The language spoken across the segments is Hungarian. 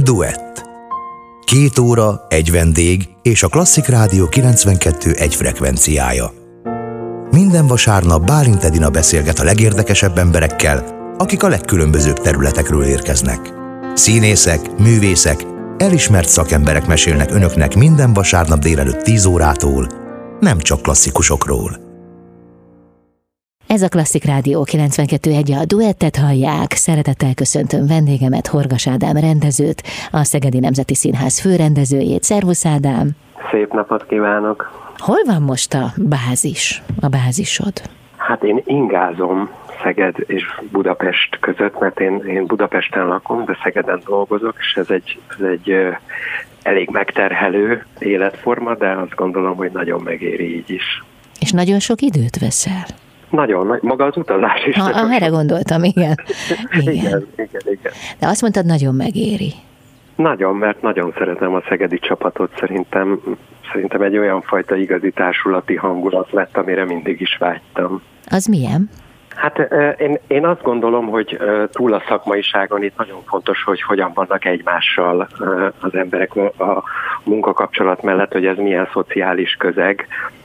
Duett. 2 óra, egy vendég és a Klasszik Rádió 92,1 frekvenciája. Minden vasárnap Bálint Edina beszélget a legérdekesebb emberekkel, akik a legkülönbözőbb területekről érkeznek. Színészek, művészek, elismert szakemberek mesélnek önöknek minden vasárnap délelőtt 10 órától, nem csak klasszikusokról. Ez a Klasszik Rádió 92,1, a Duettet hallják. Szeretettel köszöntöm vendégemet, Horgas Ádám rendezőt, a Szegedi Nemzeti Színház főrendezőjét. Szervusz, Ádám! Szép napot kívánok! Hol van most a bázisod? Hát én ingázom Szeged és Budapest között, mert én Budapesten lakom, de Szegeden dolgozok, és ez egy elég megterhelő életforma, de azt gondolom, hogy nagyon megéri így is. És nagyon sok időt veszel? Nagyon, maga az utazás is. Erre gondoltam, igen. Igen. De azt mondtad, nagyon megéri. Nagyon, mert nagyon szeretem a szegedi csapatot, szerintem egy olyan fajta igazi társulati hangulat lett, amire mindig is vágytam. Az milyen? Hát én azt gondolom, hogy túl a szakmaiságon itt nagyon fontos, hogy hogyan vannak egymással az emberek a munkakapcsolat mellett, hogy ez milyen szociális közeg,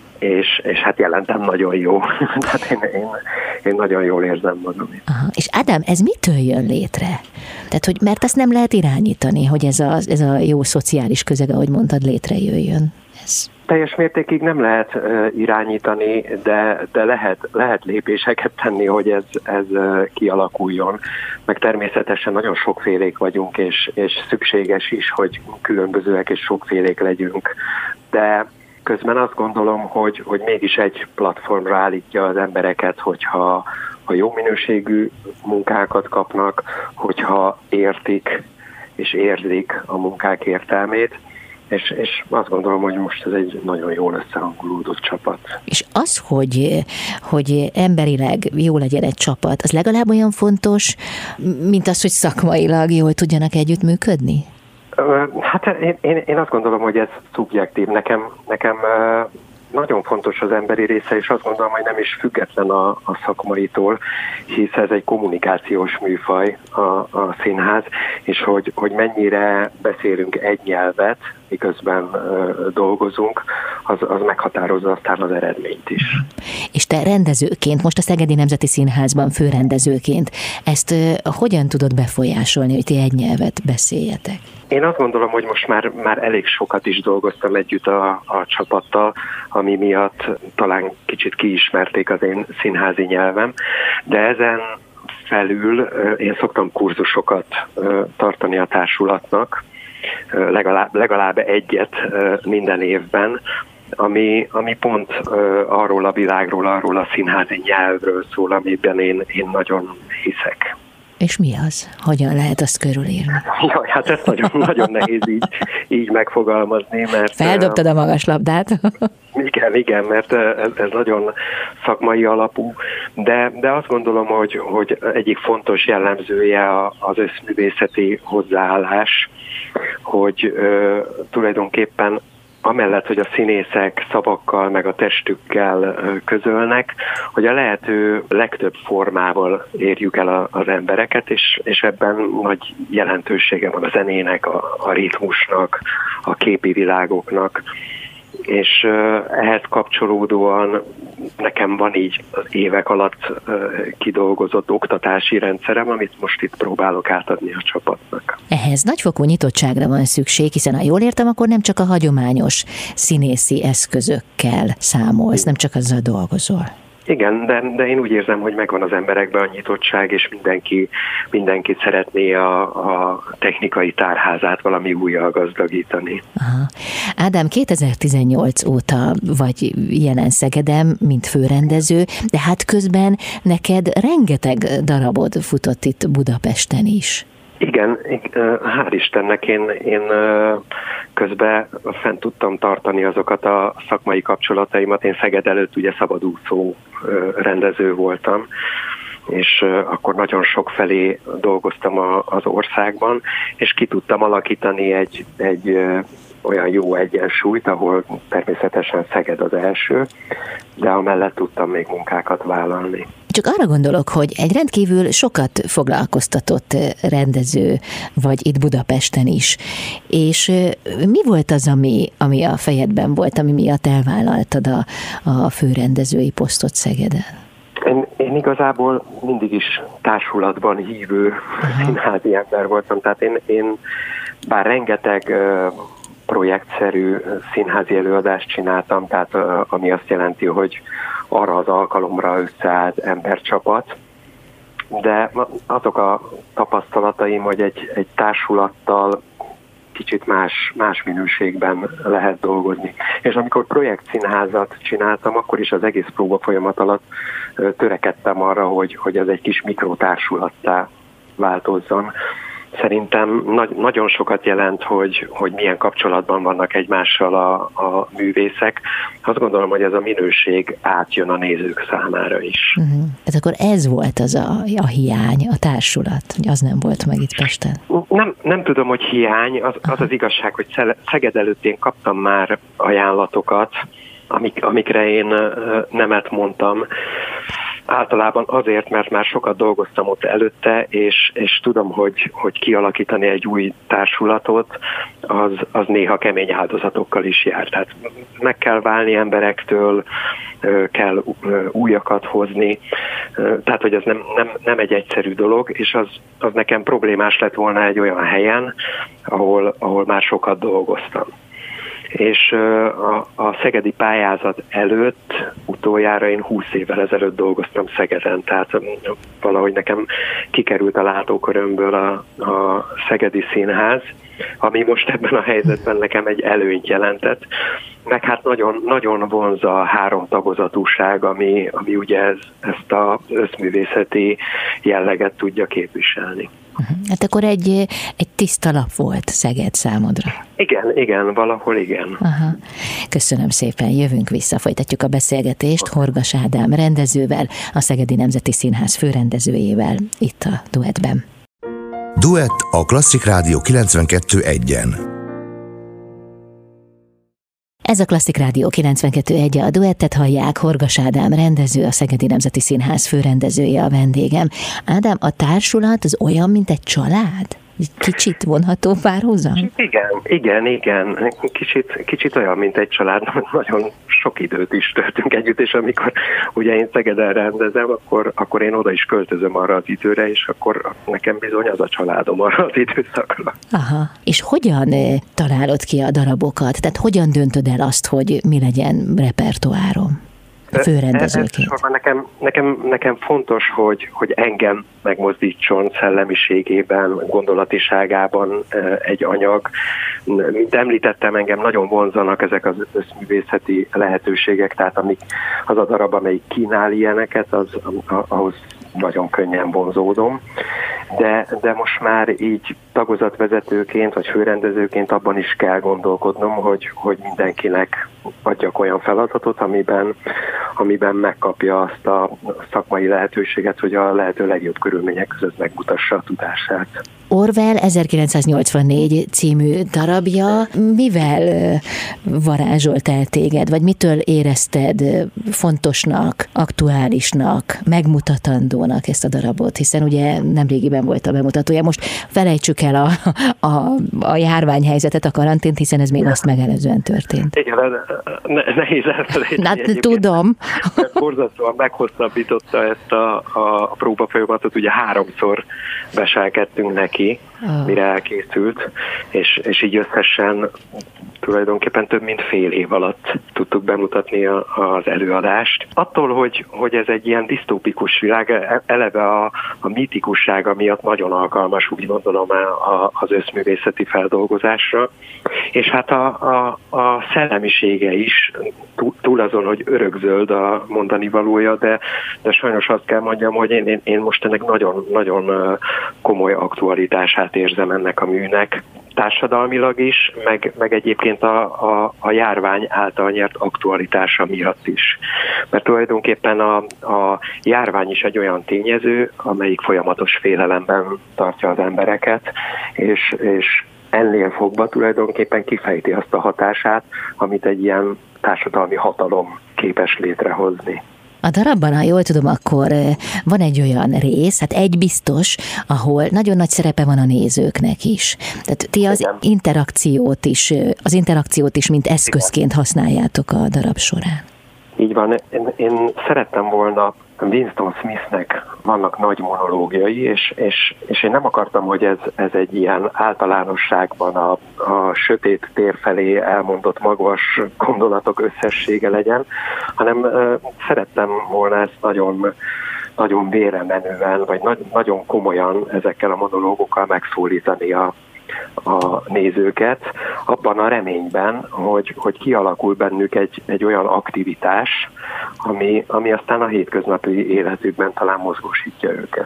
és hát jelentem nagyon jó. Tehát én nagyon jól érzem magam. Aha. És Ádám, ez mitől jön létre? Tehát, mert azt nem lehet irányítani, hogy ez a jó szociális közeg, ahogy mondtad, létrejöjjön. Teljes mértékig nem lehet irányítani, de lehet lépéseket tenni, hogy ez kialakuljon. Meg természetesen nagyon sokfélék vagyunk, és szükséges is, hogy különbözőek és sokfélék legyünk. De közben azt gondolom, hogy mégis egy platformra állítja az embereket, hogyha jó minőségű munkákat kapnak, hogyha értik és érzik a munkák értelmét, és azt gondolom, hogy most ez egy nagyon jól összehangolódott csapat. És az, hogy emberileg jó legyen egy csapat, az legalább olyan fontos, mint az, hogy szakmailag jól tudjanak együttműködni? Hát én azt gondolom, hogy ez szubjektív. Nekem nagyon fontos az emberi része, és azt gondolom, hogy nem is független a szakmaitól, hisz ez egy kommunikációs műfaj a színház, és hogy mennyire beszélünk egy nyelvet, miközben dolgozunk, az meghatározza aztán az eredményt is. És te rendezőként, most a Szegedi Nemzeti Színházban főrendezőként, ezt hogyan tudod befolyásolni, hogy ti egy nyelvet beszéljetek? Én azt gondolom, hogy most már elég sokat is dolgoztam együtt a csapattal, ami miatt talán kicsit kiismerték az én színházi nyelvem, de ezen felül én szoktam kurzusokat tartani a társulatnak, legalább egyet minden évben, ami pont arról a világról, arról a színházi nyelvről szól, amiben én nagyon hiszek. És mi az? Hogyan lehet azt körülírni? Jaj, hát ezt nagyon nehéz így megfogalmazni, mert... Feldobtad a magaslabdát? Igen, mert ez nagyon szakmai alapú, de azt gondolom, hogy egyik fontos jellemzője az összművészeti hozzáállás, hogy tulajdonképpen amellett, hogy a színészek szavakkal meg a testükkel közölnek, hogy a lehető legtöbb formával érjük el az embereket, és ebben nagy jelentősége van a zenének, a ritmusnak, a képi világoknak, és ehhez kapcsolódóan nekem van így az évek alatt kidolgozott oktatási rendszerem, amit most itt próbálok átadni a csapatnak. Ehhez nagyfokú nyitottságra van szükség, hiszen ha jól értem, akkor nem csak a hagyományos színészi eszközökkel számolsz, nem csak azzal dolgozol. Igen, de én úgy érzem, hogy megvan az emberekben a nyitottság, és mindenki szeretné a technikai tárházát valami újjal gazdagítani. Aha. Ádám, 2018 óta vagy jelen Szegeden, mint főrendező, de hát közben neked rengeteg darabod futott itt Budapesten is. Igen, hál' Istennek én közben fent tudtam tartani azokat a szakmai kapcsolataimat. Én Szeged előtt ugye szabadúszó rendező voltam, és akkor nagyon sok felé dolgoztam az országban, és ki tudtam alakítani egy olyan jó egyensúlyt, ahol természetesen Szeged az első, de amellett tudtam még munkákat vállalni. Csak arra gondolok, hogy egy rendkívül sokat foglalkoztatott rendező vagy itt Budapesten is. És mi volt az, ami a fejedben volt, ami miatt elvállaltad a főrendezői posztot Szegeden? Én igazából mindig is társulatban hívő színházi ember voltam, tehát én bár rengeteg projektszerű színházi előadást csináltam, tehát ami azt jelenti, hogy arra az alkalomra összeállt embercsapat, de azok a tapasztalataim, hogy egy társulattal kicsit más minőségben lehet dolgozni. És amikor projektszínházat csináltam, akkor is az egész próba folyamat alatt törekedtem arra, hogy ez egy kis mikrotársulatá változzon. Szerintem nagyon sokat jelent, hogy milyen kapcsolatban vannak egymással a művészek. Azt gondolom, hogy ez a minőség átjön a nézők számára is. Tehát akkor ez volt az a hiány, a társulat, hogy az nem volt meg itt Pesten? Nem tudom, hogy hiány. Az igazság, hogy Szeged előtt én kaptam már ajánlatokat, amikre én nemet mondtam. Általában azért, mert már sokat dolgoztam ott előtte, és tudom, hogy kialakítani egy új társulatot, az néha kemény áldozatokkal is jár. Tehát meg kell válni emberektől, kell újakat hozni, tehát hogy ez nem egy egyszerű dolog, és az nekem problémás lett volna egy olyan helyen, ahol már sokat dolgoztam. És a szegedi pályázat előtt utoljára én 20 évvel ezelőtt dolgoztam Szegeden, tehát valahogy nekem kikerült a látókörömből a Szegedi Színház, ami most ebben a helyzetben nekem egy előnyt jelentett, meg hát nagyon, nagyon vonza a három tagozatúság, ami ugye ezt az összművészeti jelleget tudja képviselni. Hát akkor egy tiszta lap volt Szeged számodra. Igen, valahol igen. Aha. Köszönöm szépen, jövünk vissza, folytatjuk a beszélgetést Horgas Ádám rendezővel, a Szegedi Nemzeti Színház főrendezőjével itt a Duettben. Duett a Klasszik Rádió 92.1-en. Ez a Klasszik Rádió 92.1, a Duettet hallják, Horgas Ádám rendező, a Szegedi Nemzeti Színház főrendezője a vendégem. Ádám, a társulat az olyan, mint egy család? Kicsit vonható párhuzam? Igen. Kicsit olyan, mint egy család. Nagyon sok időt is töltünk együtt, és amikor ugye én Szegeden rendezem, akkor én oda is költözöm arra az időre, és akkor nekem bizony az a családom arra az időszakra. Aha. És hogyan találod ki a darabokat? Tehát hogyan döntöd el azt, hogy mi legyen repertoárom? Főrendezőként. Nekem fontos, hogy engem megmozdítson szellemiségében, gondolatiságában egy anyag. Mint említettem, engem nagyon vonzanak ezek az összművészeti lehetőségek, tehát az a darab, amelyik kínál ilyeneket, ahhoz nagyon könnyen vonzódom. De most már így tagozatvezetőként vagy főrendezőként abban is kell gondolkodnom, hogy mindenkinek adjak olyan feladatot, amiben megkapja azt a szakmai lehetőséget, hogy a lehető legjobb körülmények között megmutassa a tudását. Orwell 1984 című darabja mivel varázsolt el téged, vagy mitől érezted fontosnak, aktuálisnak, megmutatandónak ezt a darabot, hiszen ugye nemrégiben volt a bemutatója. Most felejtsük el a járványhelyzetet, a karantént, hiszen ez még azt megelőzően történt. Igen, nehéz elfelejteni. Hát tudom. Borzasztóan meghosszabbította ezt a próbafolyamatot, ugye 3-szor beselkedtünk neki, mire elkészült, és így összesen tulajdonképpen több mint fél év alatt tudtuk bemutatni az előadást. Attól, hogy ez egy ilyen disztópikus világ, eleve a mítikussága miatt nagyon alkalmas, úgy gondolom, az összművészeti feldolgozásra, és hát a szellemisége is, túl azon, hogy örökzöld a mondani valója, de sajnos azt kell mondjam, hogy én most ennek nagyon komoly aktualitását érzem ennek a műnek, társadalmilag is, meg egyébként a járvány által nyert aktualitása miatt is. Mert tulajdonképpen a járvány is egy olyan tényező, amelyik folyamatos félelemben tartja az embereket, és ennél fogva tulajdonképpen kifejti azt a hatását, amit egy ilyen társadalmi hatalom képes létrehozni. A darabban, ha jól tudom, akkor van egy olyan rész, hát egy biztos, ahol nagyon nagy szerepe van a nézőknek is. Tehát ti az interakciót is mint eszközként használjátok a darab során. Így van. Én szerettem volna, Winston Smithnek vannak nagy monológiai, és én nem akartam, hogy ez egy ilyen általánosságban a sötét tér felé elmondott magvas gondolatok összessége legyen, hanem szerettem volna ezt nagyon mélyremenően, vagy nagyon komolyan ezekkel a monológokkal megszólítani a nézőket, abban a reményben, hogy kialakul bennük egy olyan aktivitás, ami aztán a hétköznapi életükben talán mozgósítja őket.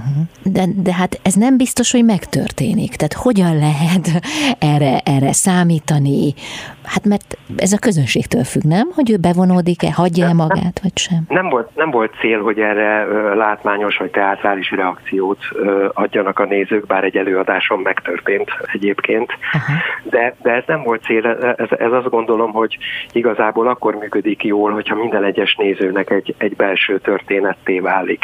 De hát ez nem biztos, hogy megtörténik. Tehát hogyan lehet erre számítani? Hát mert ez a közönségtől függ, nem? Hogy ő bevonódik-e, hagyja-e magát, vagy sem? Nem volt cél, hogy erre látványos vagy teátrális reakciót adjanak a nézők, bár egy előadáson megtörtént egyébként. De ez nem volt cél, ez azt gondolom, hogy igazából akkor működik jól, hogyha minden egyes nézőnek egy belső történetté válik.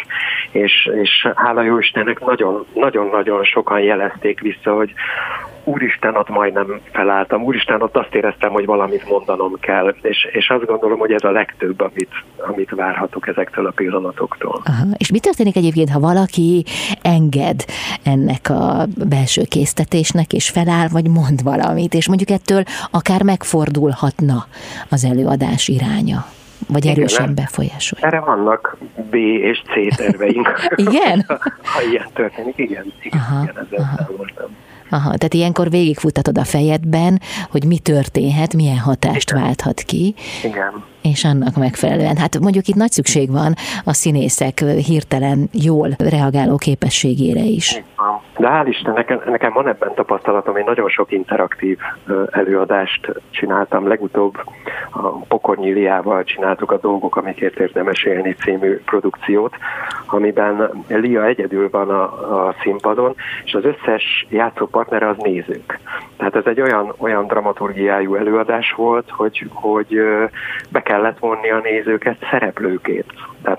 És hála jó Istennek nagyon-nagyon sokan jelezték vissza, hogy Úristen, ott majdnem felálltam. Úristen, ott azt éreztem, hogy valamit mondanom kell. És azt gondolom, hogy ez a legtöbb, amit várhatok ezektől a pillanatoktól. Aha. És mi történik egyébként, ha valaki enged ennek a belső késztetésnek, és feláll, vagy mond valamit, és mondjuk ettől akár megfordulhatna az előadás iránya? Vagy erősen befolyásolja? Erre vannak B és C terveink. Igen? Ha ilyen történik, igen, ezzel számoltam. Aha, tehát ilyenkor végigfutatod a fejedben, hogy mi történhet, milyen hatást válthat ki. Igen. És annak megfelelően. Hát mondjuk itt nagy szükség van a színészek hirtelen jól reagáló képességére is. De hál' Istennek, nekem van ebben tapasztalatom, én nagyon sok interaktív előadást csináltam. Legutóbb a Pokornyi Liával csináltuk a Dolgok, amikért érdemes élni című produkciót, amiben Lia egyedül van a színpadon, és az összes játszópartnere az nézők. Tehát ez egy olyan dramaturgiájú előadás volt, hogy be kellett vonni a nézőket szereplőként. Tehát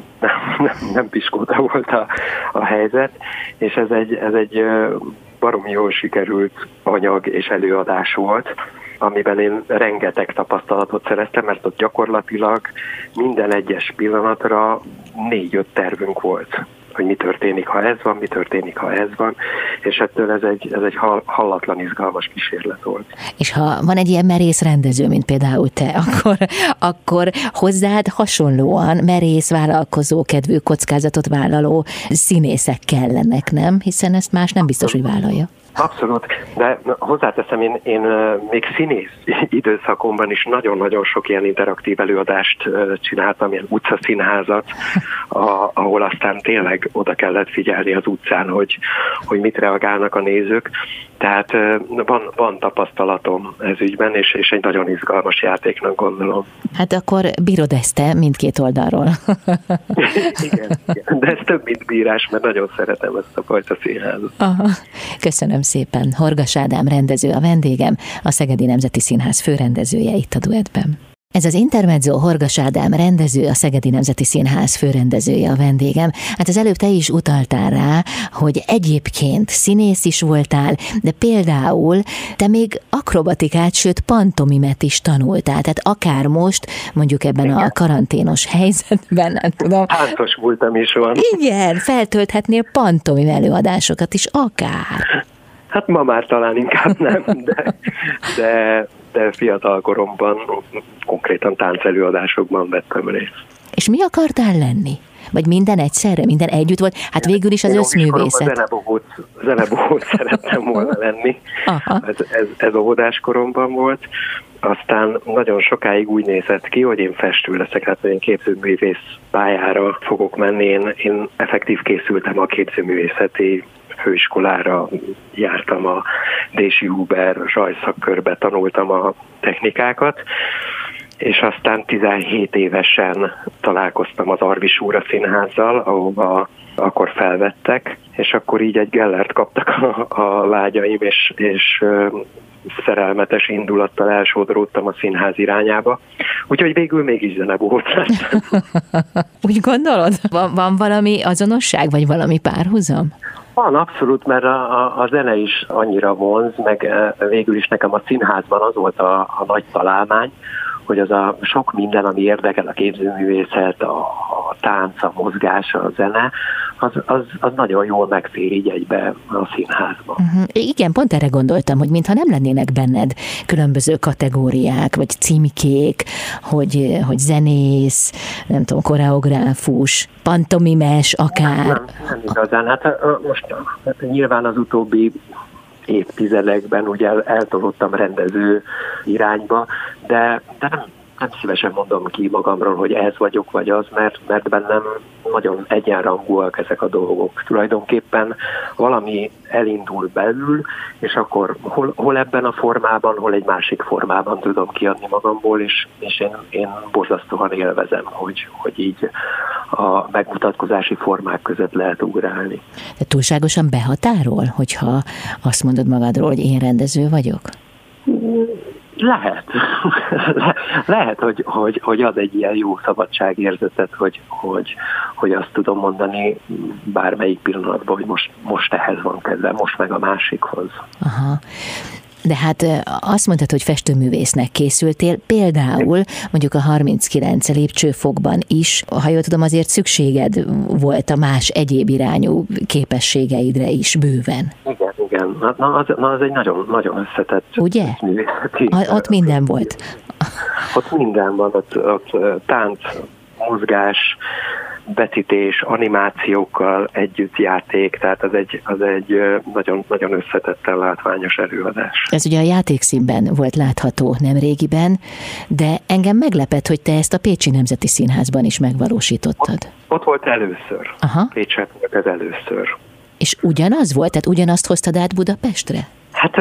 nem piskóta volt a helyzet, és ez egy baromi jól sikerült anyag és előadás volt, amiben én rengeteg tapasztalatot szereztem, mert ott gyakorlatilag minden egyes pillanatra 4-5 tervünk volt, hogy mi történik, ha ez van, mi történik, ha ez van, és ettől ez egy hallatlan izgalmas kísérlet volt. És ha van egy ilyen merész rendező, mint például te, akkor hozzád hasonlóan merész, vállalkozó, kedvű, kockázatot vállaló színészek kellenek, nem? Hiszen ezt más nem biztos, hogy vállalja. Abszolút, de hozzáteszem, én még színész időszakomban is nagyon-nagyon sok ilyen interaktív előadást csináltam, ilyen utcaszínházat, ahol aztán tényleg oda kellett figyelni az utcán, hogy mit reagálnak a nézők. Tehát van tapasztalatom ez ügyben, és egy nagyon izgalmas játéknak gondolom. Hát akkor bírod ezt te mindkét oldalról. Igen, de ez több, mint bírás, mert nagyon szeretem ezt a fajta színházat. Aha. Köszönöm szépen. Horgas Ádám rendező a vendégem, a Szegedi Nemzeti Színház főrendezője itt a Duettben. Ez az Intermezzo, Horgas Ádám rendező, a Szegedi Nemzeti Színház főrendezője a vendégem. Hát az előbb te is utaltál rá, hogy egyébként színész is voltál, de például te még akrobatikát, sőt pantomimet is tanultál. Tehát akár most, mondjuk ebben a karanténos helyzetben, nem tudom. Táncos voltam is van. Igen, feltölthetnél pantomim előadásokat is, akár. Hát ma már talán inkább nem, de fiatal koromban konkrétan táncelőadásokban vettem részt. És mi akartál lenni? Vagy minden egyszerre, minden együtt volt? Hát végül is az összművészet. Zenebogót szerettem volna lenni. Ez óvodás koromban volt. Aztán nagyon sokáig úgy nézett ki, hogy én festő leszek, hát én képzőművész pályára fogok menni. Én effektív készültem a képzőművészeti főiskolára, jártam a Dési Huber zsajszakkörbe, tanultam a technikákat, és aztán 17 évesen találkoztam az Arvisúra Színházzal, ahova akkor felvettek, és akkor így egy Gellert kaptak a lágyaim, és szerelmetes indulattal elsodródtam a színház irányába. Úgyhogy végül mégis zenebohóc lettem. Úgy gondolod? Van valami azonosság, vagy valami párhuzam? Van, abszolút, mert a zene is annyira vonz, meg végül is nekem a színházban az volt a nagy találmány, hogy az a sok minden, ami érdekel, a képzőművészet, a tánc, a mozgás, a zene, az nagyon jól megfér így egybe a színházban. Igen, pont erre gondoltam, hogy mintha nem lennének benned különböző kategóriák, vagy címkék, hogy zenész, nem tudom, koreográfus, pantomimes, akár. Nem igazán. Hát most nyilván az utóbbi évtizedekben ugye eltolódtam rendező irányba, de nem szívesen mondom ki magamról, hogy ez vagyok, vagy az, mert bennem nagyon egyenrangúak ezek a dolgok. Tulajdonképpen valami elindul belül, és akkor hol ebben a formában, hol egy másik formában tudom kiadni magamból, és én borzasztóan élvezem, hogy így a megmutatkozási formák között lehet ugrálni. De túlságosan behatárol, hogyha azt mondod magadról, hogy én rendező vagyok? Lehet, hogy ad egy ilyen jó szabadságérzetet, hogy azt tudom mondani bármelyik pillanatban, hogy most ehhez van kedvem, most meg a másikhoz. Aha. De hát azt mondtad, hogy festőművésznek készültél, például mondjuk a 39 lépcsőfokban is, ha jól tudom, azért szükséged volt a más egyéb irányú képességeidre is bőven. Igen. Az egy nagyon, nagyon összetett. Ugye? Ott minden volt. Ott minden van, ott tánc, mozgás, vetítés, animációkkal együtt játék, tehát az egy nagyon, nagyon összetetten látványos előadás. Ez ugye a Játékszínben volt látható nemrégiben, de engem meglepett, hogy te ezt a Pécsi Nemzeti Színházban is megvalósítottad. Ott volt először. Aha. Pécset volt ez először. És ugyanaz volt? Tehát ugyanazt hoztad át Budapestre? Hát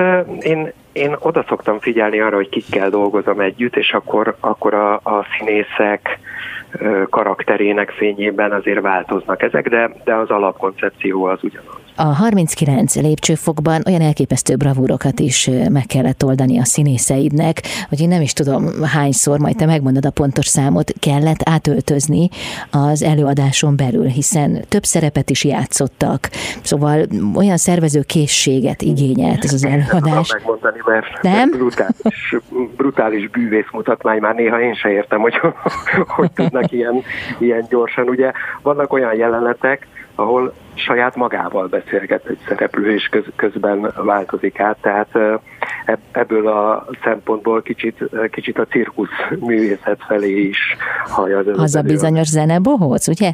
én oda szoktam figyelni arra, hogy kikkel dolgozom együtt, és akkor a színészek karakterének fényében azért változnak ezek, de az alapkoncepció az ugyanaz. A 39 lépcsőfokban olyan elképesztő bravúrokat is meg kellett oldani a színészeidnek, hogy én nem is tudom hányszor, majd te megmondod a pontos számot, kellett átöltözni az előadáson belül, hiszen több szerepet is játszottak. Szóval olyan szervező készséget igényelt ez az előadás. Nem megmondani, mert brutális bűvészmutatmány, már néha én se értem, hogy tudnak ilyen gyorsan. Ugye vannak olyan jelenetek, ahol saját magával beszélget egy szereplő, és közben változik át, tehát ebből a szempontból kicsit a cirkusz művészet felé is hajaz. Az a bizonyos zenebohóc, ugye?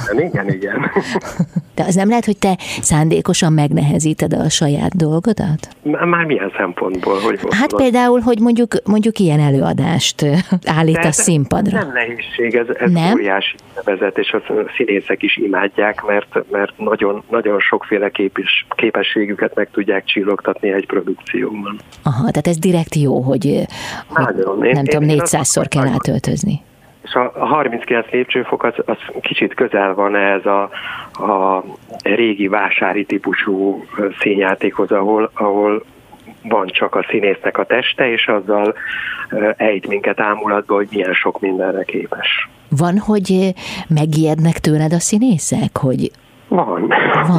Igen. De az nem lehet, hogy te szándékosan megnehezíted a saját dolgodat? Már milyen szempontból? Hát például, hogy mondjuk ilyen előadást állítasz színpadra. Nem nehézség, ez óriási nevezet, és a színészek is imádják, mert nagyon, nagyon sokféle képességüket meg tudják csillogtatni egy produkcióban. Aha, tehát ez direkt jó, hogy nem tudom, 400-szor kell átöltözni. És a 39 lépcsőfok az kicsit közel van ehhez a régi vásári típusú színjátékhoz, ahol van csak a színésznek a teste, és azzal ejt minket ámulatba, hogy milyen sok mindenre képes. Van, hogy megijednek tőled a színészek, hogy... Van.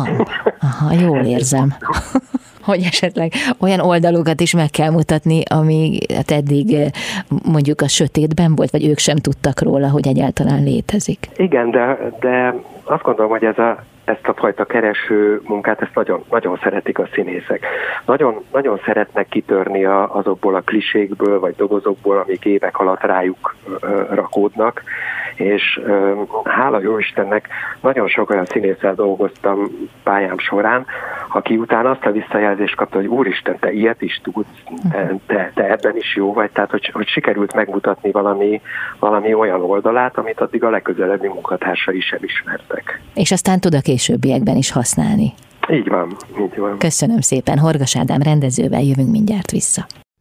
Aha, jól érzem. Hogy esetleg olyan oldalokat is meg kell mutatni, ami eddig mondjuk a sötétben volt, vagy ők sem tudtak róla, hogy egyáltalán létezik. Igen, de azt gondolom, hogy ezt a fajta kereső munkát, ezt nagyon, nagyon szeretik a színészek. Nagyon, nagyon szeretnek kitörni azokból a klisékből, vagy dobozokból, amik évek alatt rájuk rakódnak, és hála jó Istennek nagyon sok olyan színésszel dolgoztam pályám során, aki utána azt a visszajelzést kapta, hogy úristen, te ilyet is tudsz, te ebben is jó vagy, tehát hogy sikerült megmutatni valami olyan oldalát, amit addig a legközelebbi munkatársai sem ismertek. És aztán tud a későbbiekben is használni. Így van. Köszönöm szépen, Horgas Ádám rendezővel jövünk mindjárt vissza.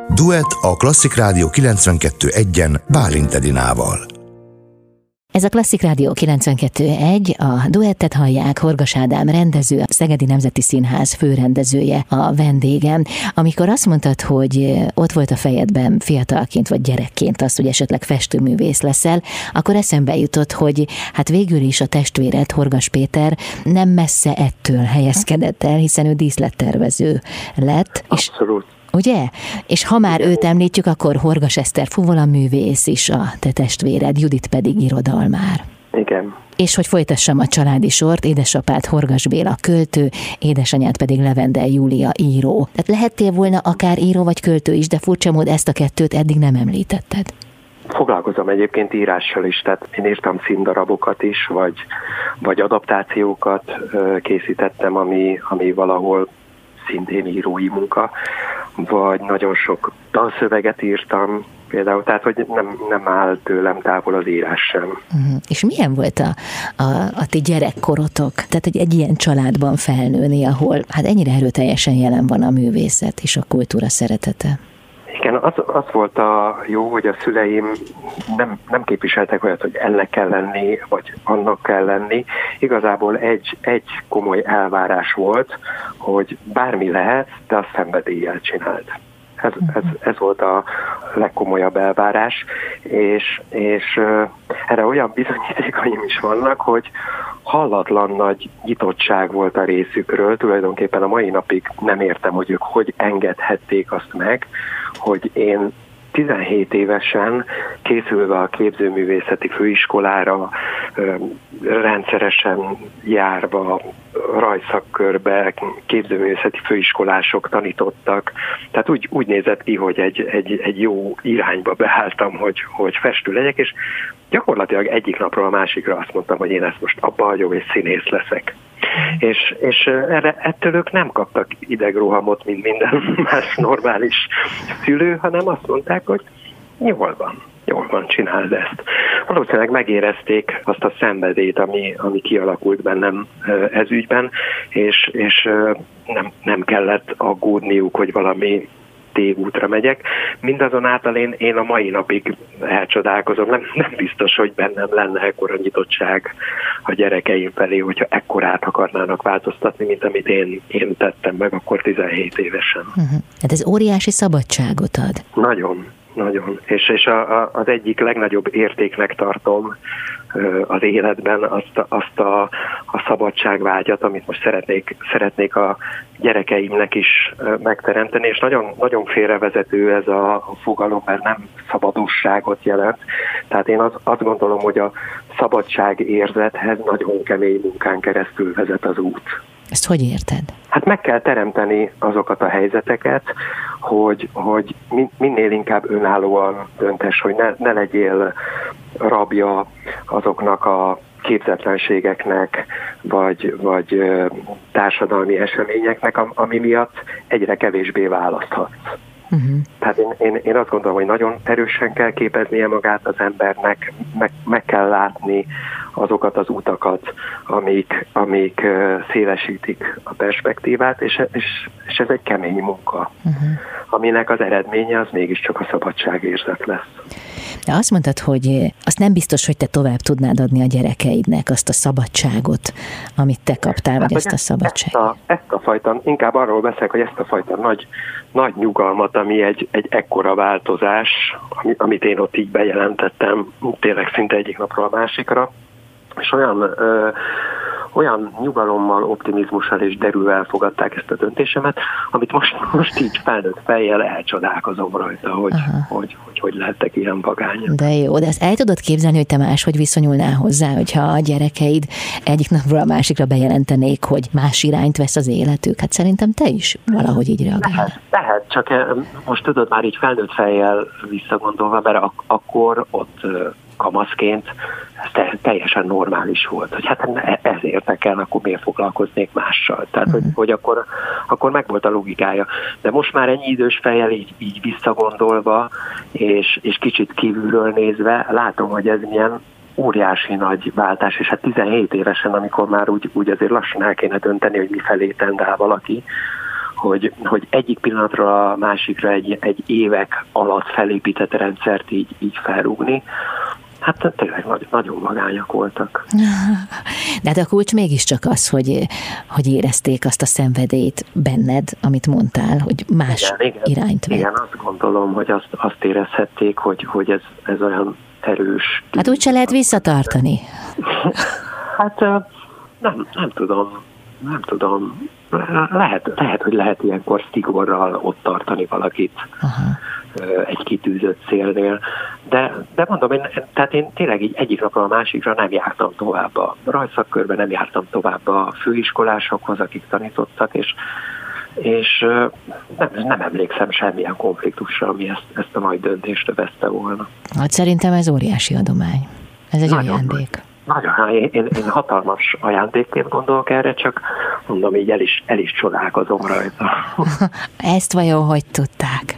Duett a Klasszik Rádió 92.1-en Bálint Edinával. Ez a Klasszik Rádió 92.1, a duettet hallják, Horgas Ádám rendező, a Szegedi Nemzeti Színház főrendezője a vendégem. Amikor azt mondtad, hogy ott volt a fejedben fiatalként vagy gyerekként az, hogy esetleg festőművész leszel, akkor eszembe jutott, hogy hát végül is a testvéred, Horgas Péter nem messze ettől helyezkedett el, hiszen ő díszlettervező lett. Abszolút. Ugye? És ha már őt említjük, akkor Horgas Eszter fuvolaművész is a te testvéred, Judit pedig irodalmár. Igen. És hogy folytassam a családi sort, édesapád Horgas Béla költő, édesanyád pedig Levendel Júlia író. Tehát lehettél volna akár író vagy költő is, de furcsa mód ezt a kettőt eddig nem említetted. Foglalkozom egyébként írással is, tehát én írtam színdarabokat is, vagy adaptációkat készítettem, ami valahol szintén írói munka, vagy nagyon sok dalszöveget írtam például, tehát hogy nem áll tőlem távol az írás sem. És milyen volt a ti gyerekkorotok? Tehát, hogy egy ilyen családban felnőni, ahol hát ennyire erőteljesen jelen van a művészet és a kultúra szeretete? Igen, az volt a jó, hogy a szüleim nem képviseltek olyat, hogy ennek kell lenni, vagy annak kell lenni. Igazából egy komoly elvárás volt, hogy bármi lehet, de azt szenvedéllyel csináld. Ez volt a legkomolyabb elvárás, és erre olyan bizonyítékaim is vannak, hogy hallatlan nagy nyitottság volt a részükről. Tulajdonképpen a mai napig nem értem, hogy ők hogy engedhették azt meg, hogy én 17 évesen készülve a képzőművészeti főiskolára, rendszeresen járva rajszakkörbe, képzőművészeti főiskolások tanítottak. Tehát úgy nézett ki, hogy egy jó irányba beálltam, hogy festő legyek, és gyakorlatilag egyik napról a másikra azt mondtam, hogy én ezt most abba hagyom, és színész leszek. És ettől ők nem kaptak idegrohamot, mint minden más normális szülő, hanem azt mondták, hogy jól van, csináld ezt. Valószínűleg megérezték azt a szenvedélyt, ami kialakult bennem ez ügyben, és nem kellett aggódniuk, hogy valami tévútra megyek. Mindazonáltal én a mai napig elcsodálkozom. Nem biztos, hogy bennem lenne ekkora nyitottság a gyerekeim felé, hogyha ekkorát akarnának változtatni, mint amit én tettem meg akkor 17 évesen. Hát ez óriási szabadságot ad. Nagyon. És az egyik legnagyobb értéknek tartom az életben azt a szabadságvágyat, amit most szeretnék a gyerekeimnek is megteremteni, és nagyon, nagyon félrevezető ez a fogalom, mert nem szabadosságot jelent. Tehát én azt gondolom, hogy a szabadságérzethez nagyon kemény munkán keresztül vezet az út. Ezt hogy érted? Hát meg kell teremteni azokat a helyzeteket, hogy minél inkább önállóan döntes, hogy ne legyél rabja azoknak a képzetlenségeknek, vagy társadalmi eseményeknek, ami miatt egyre kevésbé választhatsz. Tehát én azt gondolom, hogy nagyon erősen kell képeznie magát az embernek, meg kell látni azokat az utakat, amik szélesítik a perspektívát, és ez egy kemény munka, aminek az eredménye az mégiscsak a szabadságérzet lesz. De azt mondtad, hogy azt nem biztos, hogy te tovább tudnád adni a gyerekeidnek azt a szabadságot, amit te kaptál, vagy ezt a szabadságot. Ezt a fajta, inkább arról beszélek, hogy ezt a fajta nagy nyugalmat, ami egy ekkora változás, amit én ott így bejelentettem, tényleg szinte egyik napról a másikra, és olyan nyugalommal, optimizmussal és derűvel elfogadták ezt a döntésemet, amit most így felnőtt fejjel elcsodálkozom rajta, hogy lehettek ilyen vagányak. De jó, de ezt el tudod képzelni, hogy te máshogy viszonyulnál hozzá, hogyha a gyerekeid egyik napról a másikra bejelentenék, hogy más irányt vesz az életük? Hát szerintem te is valahogy így reagálnál. Lehet, csak most tudod már így felnőtt fejjel visszagondolva, mert akkor ott kamaszként ez teljesen normális volt, hogy hát ez érdekel, akkor miért foglalkoznék mással. Tehát, hogy akkor megvolt a logikája. De most már ennyi idős fejjel így visszagondolva, és kicsit kívülről nézve, látom, hogy ez milyen óriási nagy váltás, és hát 17 évesen, amikor már úgy azért lassan el kéne dönteni, hogy mifelé tendál valaki, hogy egyik pillanatról a másikra egy évek alatt felépített rendszert így felrúgni. Hát tényleg nagyon magányak voltak. De hát a kulcs mégiscsak az, hogy érezték azt a szenvedélyt benned, amit mondtál, hogy más irányt vett. Igen, azt gondolom, hogy azt érezhették, hogy ez olyan erős. Hát úgyse lehet visszatartani. Hát nem tudom. Lehet, hogy lehet ilyenkor szigorral ott tartani valakit. Aha. Egy kitűzött célnél. De mondom, én tényleg így egyik napról a másikra nem jártam tovább a rajszakkörben, nem jártam tovább a főiskolásokhoz, akik tanítottak, és nem emlékszem semmilyen konfliktusra, ami ezt a nagy döntést övezte volna. Hát szerintem ez óriási adomány. Ez egy ajándék. Nagyon, én hatalmas ajándékként gondolok erre, csak mondom, így el is csodálkozom rajta. Ezt vajon hogy tudták?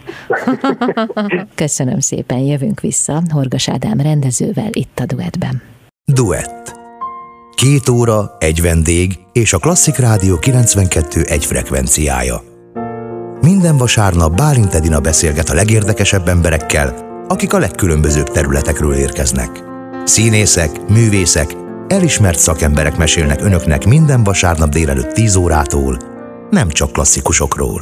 Köszönöm szépen, jövünk vissza Horgas Ádám rendezővel itt a Duettben. Duett. 2 óra, egy vendég és a Klasszik Rádió 92.1 frekvenciája. Minden vasárnap Bálint Edina beszélget a legérdekesebb emberekkel, akik a legkülönbözőbb területekről érkeznek. Színészek, művészek, elismert szakemberek mesélnek önöknek minden vasárnap délelőtt 10 órától, nem csak klasszikusokról.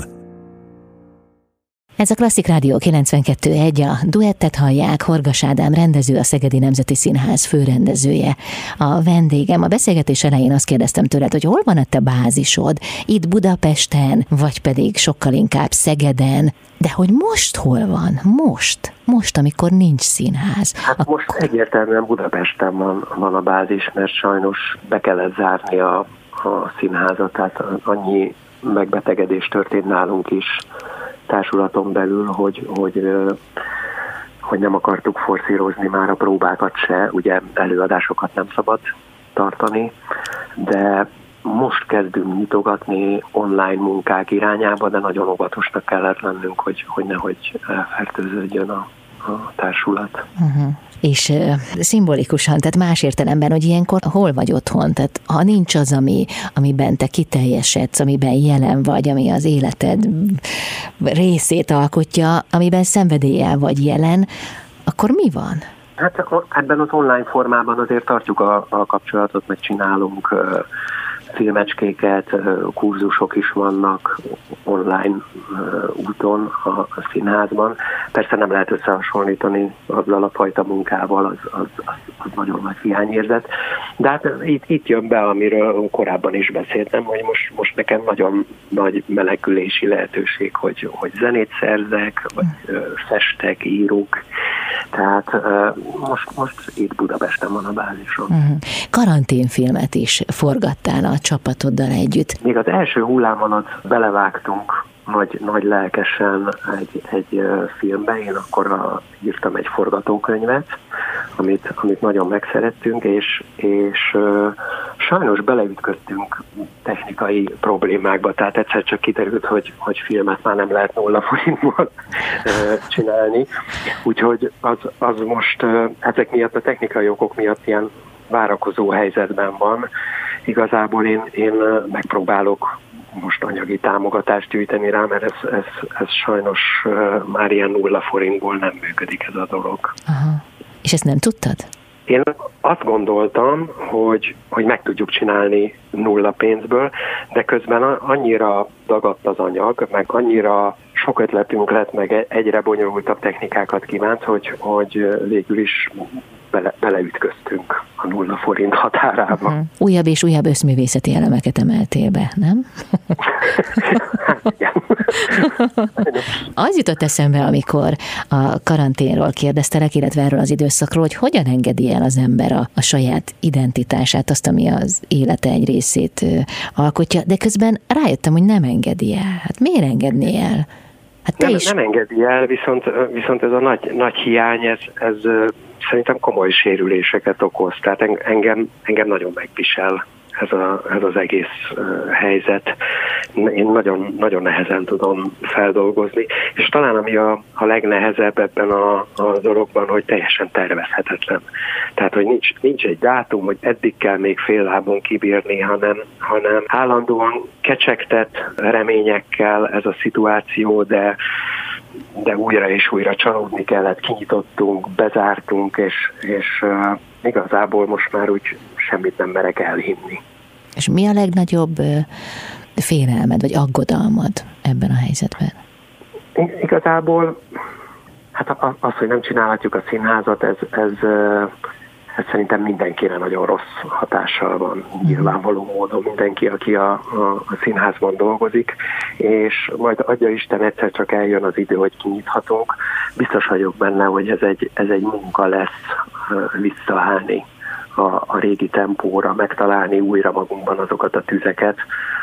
Ez a Klasszik Rádió 92.1, a Duettet hallják, Horgas Ádám rendező, a Szegedi Nemzeti Színház főrendezője. A vendégem, a beszélgetés elején azt kérdeztem tőled, hogy hol van a te bázisod? Itt Budapesten, vagy pedig sokkal inkább Szegeden? De hogy most hol van? Most, amikor nincs színház. Hát most egyértelműen Budapesten van a bázis, mert sajnos be kellett zárni a színházat, tehát annyi megbetegedés történt nálunk is társulaton belül, hogy nem akartuk forszírozni már a próbákat se, ugye előadásokat nem szabad tartani, de most kezdünk nyitogatni online munkák irányába, de nagyon óvatosnak kellett lennünk, hogy nehogy fertőződjön a társulat. Uh-huh. És szimbolikusan, tehát más értelemben, hogy ilyenkor hol vagy otthon? Tehát ha nincs az, amiben te kiteljesedsz, amiben jelen vagy, ami az életed részét alkotja, amiben szenvedéllyel vagy jelen, akkor mi van? Hát ebben az online formában azért tartjuk a kapcsolatot, meg csinálunk filmecskéket, kurzusok is vannak online úton a színházban. Persze nem lehet összehasonlítani azzal a fajta munkával, az nagyon nagy hiányérzet. De hát itt jön be, amiről korábban is beszéltem, hogy most nekem nagyon nagy menekülési lehetőség, hogy zenét szerzek, vagy festek, írok. Tehát most itt Budapesten van a bázisom. Uh-huh. Karanténfilmet is forgattál a csapatoddal együtt. Még az első hullám alatt belevágtunk nagy lelkesen egy filmbe. Én akkor írtam egy forgatókönyvet, amit nagyon megszerettünk, és sajnos beleütköztünk technikai problémákba, tehát egyszer csak kiderült, hogy filmet már nem lehet 0 forintból csinálni. Úgyhogy az most ezek miatt, a technikai okok miatt ilyen várakozó helyzetben van. Igazából én megpróbálok most anyagi támogatást gyűjteni rá, mert ez sajnos már ilyen 0 forintból nem működik ez a dolog. Aha. És ezt nem tudtad? Én azt gondoltam, hogy meg tudjuk csinálni 0 pénzből, de közben annyira dagadt az anyag, meg annyira sok ötletünk lett, meg egyre bonyolultabb technikákat kívánt, hogy végül is beleütköztünk a 0 forint határába. Uh-huh. Újabb és újabb összművészeti elemeket emeltél be, nem? Igen. Az jutott eszembe, amikor a karanténról kérdeztelek, illetve erről az időszakról, hogy hogyan engedi el az ember a saját identitását, azt, ami az élete egy részét alkotja, de közben rájöttem, hogy nem engedi el. Hát miért engedné el? Hát nem engedi el, viszont ez a nagy hiány, ez szerintem komoly sérüléseket okoz. Tehát engem nagyon megvisel ez az egész helyzet. Én nagyon, nagyon nehezen tudom feldolgozni, és talán ami a legnehezebb ebben a dologban, hogy teljesen tervezhetetlen. Tehát, hogy nincs egy dátum, hogy eddig kell még fél lábon kibírni, hanem állandóan kecsegtet reményekkel ez a szituáció, de újra és újra csalódni kellett, kinyitottunk, bezártunk, és igazából most már úgy semmit nem merek elhinni. És mi a legnagyobb félelmed, vagy aggodalmad ebben a helyzetben? Igazából hát az, hogy nem csinálhatjuk a színházat, ez szerintem mindenkire nagyon rossz hatással van, nyilvánvaló módon mindenki, aki a színházban dolgozik, és majd adja Isten egyszer csak eljön az idő, hogy kinyithatunk. Biztos vagyok benne, hogy ez egy munka lesz visszaállni a régi tempóra, megtalálni újra magunkban azokat a tüzeket,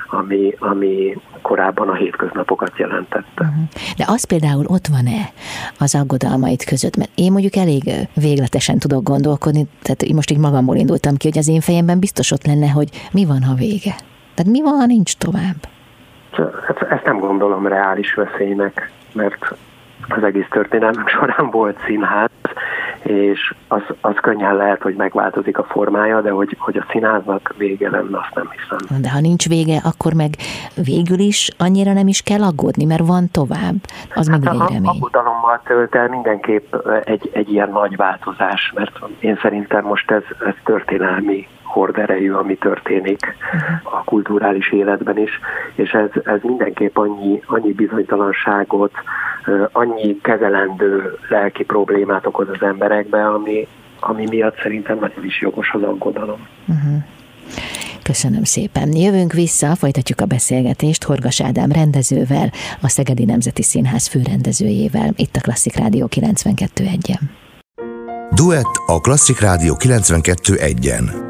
ami korábban a hétköznapokat jelentette. De az például ott van-e az aggodalmaid között? Mert én mondjuk elég végletesen tudok gondolkodni, tehát most így magamból indultam ki, hogy az én fejemben biztos ott lenne, hogy mi van, ha vége. Tehát mi van, ha nincs tovább? Ezt nem gondolom reális veszélynek, mert az egész történelmünk során volt színház, és az könnyen lehet, hogy megváltozik a formája, de hogy a színháznak vége lenne, azt nem hiszem. De ha nincs vége, akkor meg végül is annyira nem is kell aggódni, mert van tovább. Az mindig egy remény. Aggodalommal tölt el mindenképp egy ilyen nagy változás, mert én szerintem most ez történelmi horderejű, ami történik a kulturális életben is, és ez mindenképp annyi bizonytalanságot, annyi kezelendő lelki problémát okoz az emberekbe, ami miatt szerintem nagyon is jogos az aggodalom. Köszönöm szépen. Jövünk vissza, folytatjuk a beszélgetést Horgas Ádám rendezővel, a Szegedi Nemzeti Színház főrendezőjével, itt a Klasszik Rádió 92.1-en. Duett a Klasszik Rádió 92.1-en.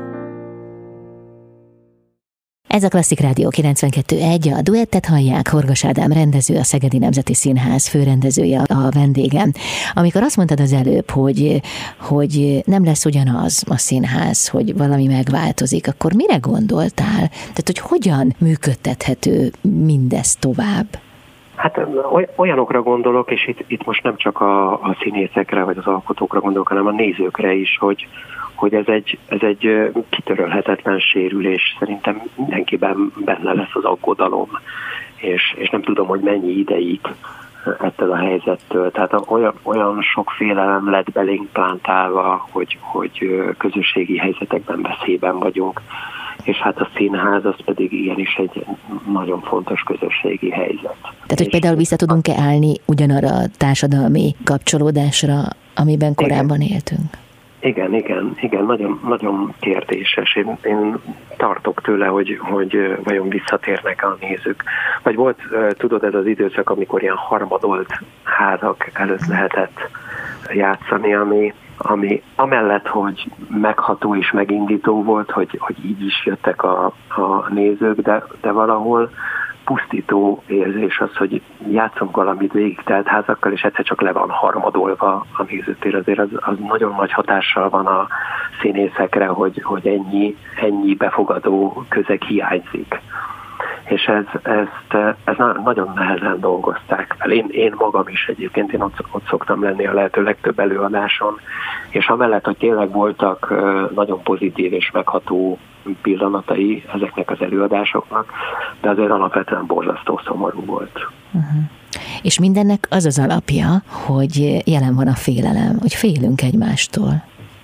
Ez a Klasszik Rádió 92.1, a duettet hallják, Horgas Ádám rendező, a Szegedi Nemzeti Színház főrendezője a vendégem. Amikor azt mondtad az előbb, hogy nem lesz ugyanaz a színház, hogy valami megváltozik, akkor mire gondoltál? Tehát, hogy hogyan működtethető mindez tovább? Hát olyanokra gondolok, és itt most nem csak a színészekre vagy az alkotókra gondolok, hanem a nézőkre is, hogy ez egy kitörölhetetlen sérülés. Szerintem mindenkiben benne lesz az aggodalom, és nem tudom, hogy mennyi ideig ettől a helyzettől. Tehát olyan sok félelem lett belénk plántálva, hogy közösségi helyzetekben veszélyben vagyunk, és hát a színház az pedig igenis egy nagyon fontos közösségi helyzet. Tehát, hogy például vissza tudunk-e állni ugyanarra a társadalmi kapcsolódásra, amiben korábban éltünk? Igen, nagyon, nagyon kérdéses. Én tartok tőle, hogy vajon visszatérnek a nézők. Vagy volt, tudod, ez az időszak, amikor ilyen harmadolt házak előtt lehetett játszani, ami amellett, hogy megható és megindító volt, hogy így is jöttek a nézők, de valahol pusztító érzés az, hogy játszunk valamit végig telt házakkal, és egyszer csak le van harmadolva a nézőtér. Azért az nagyon nagy hatással van a színészekre, hogy ennyi befogadó közeg hiányzik. És ezt nagyon nehezen dolgozták fel. Én magam is egyébként, én ott szoktam lenni a lehető legtöbb előadáson, és amellett, hogy tényleg voltak nagyon pozitív és megható pillanatai ezeknek az előadásoknak, de azért alapvetően borzasztó szomorú volt. És mindennek az az alapja, hogy jelen van a félelem, hogy félünk egymástól.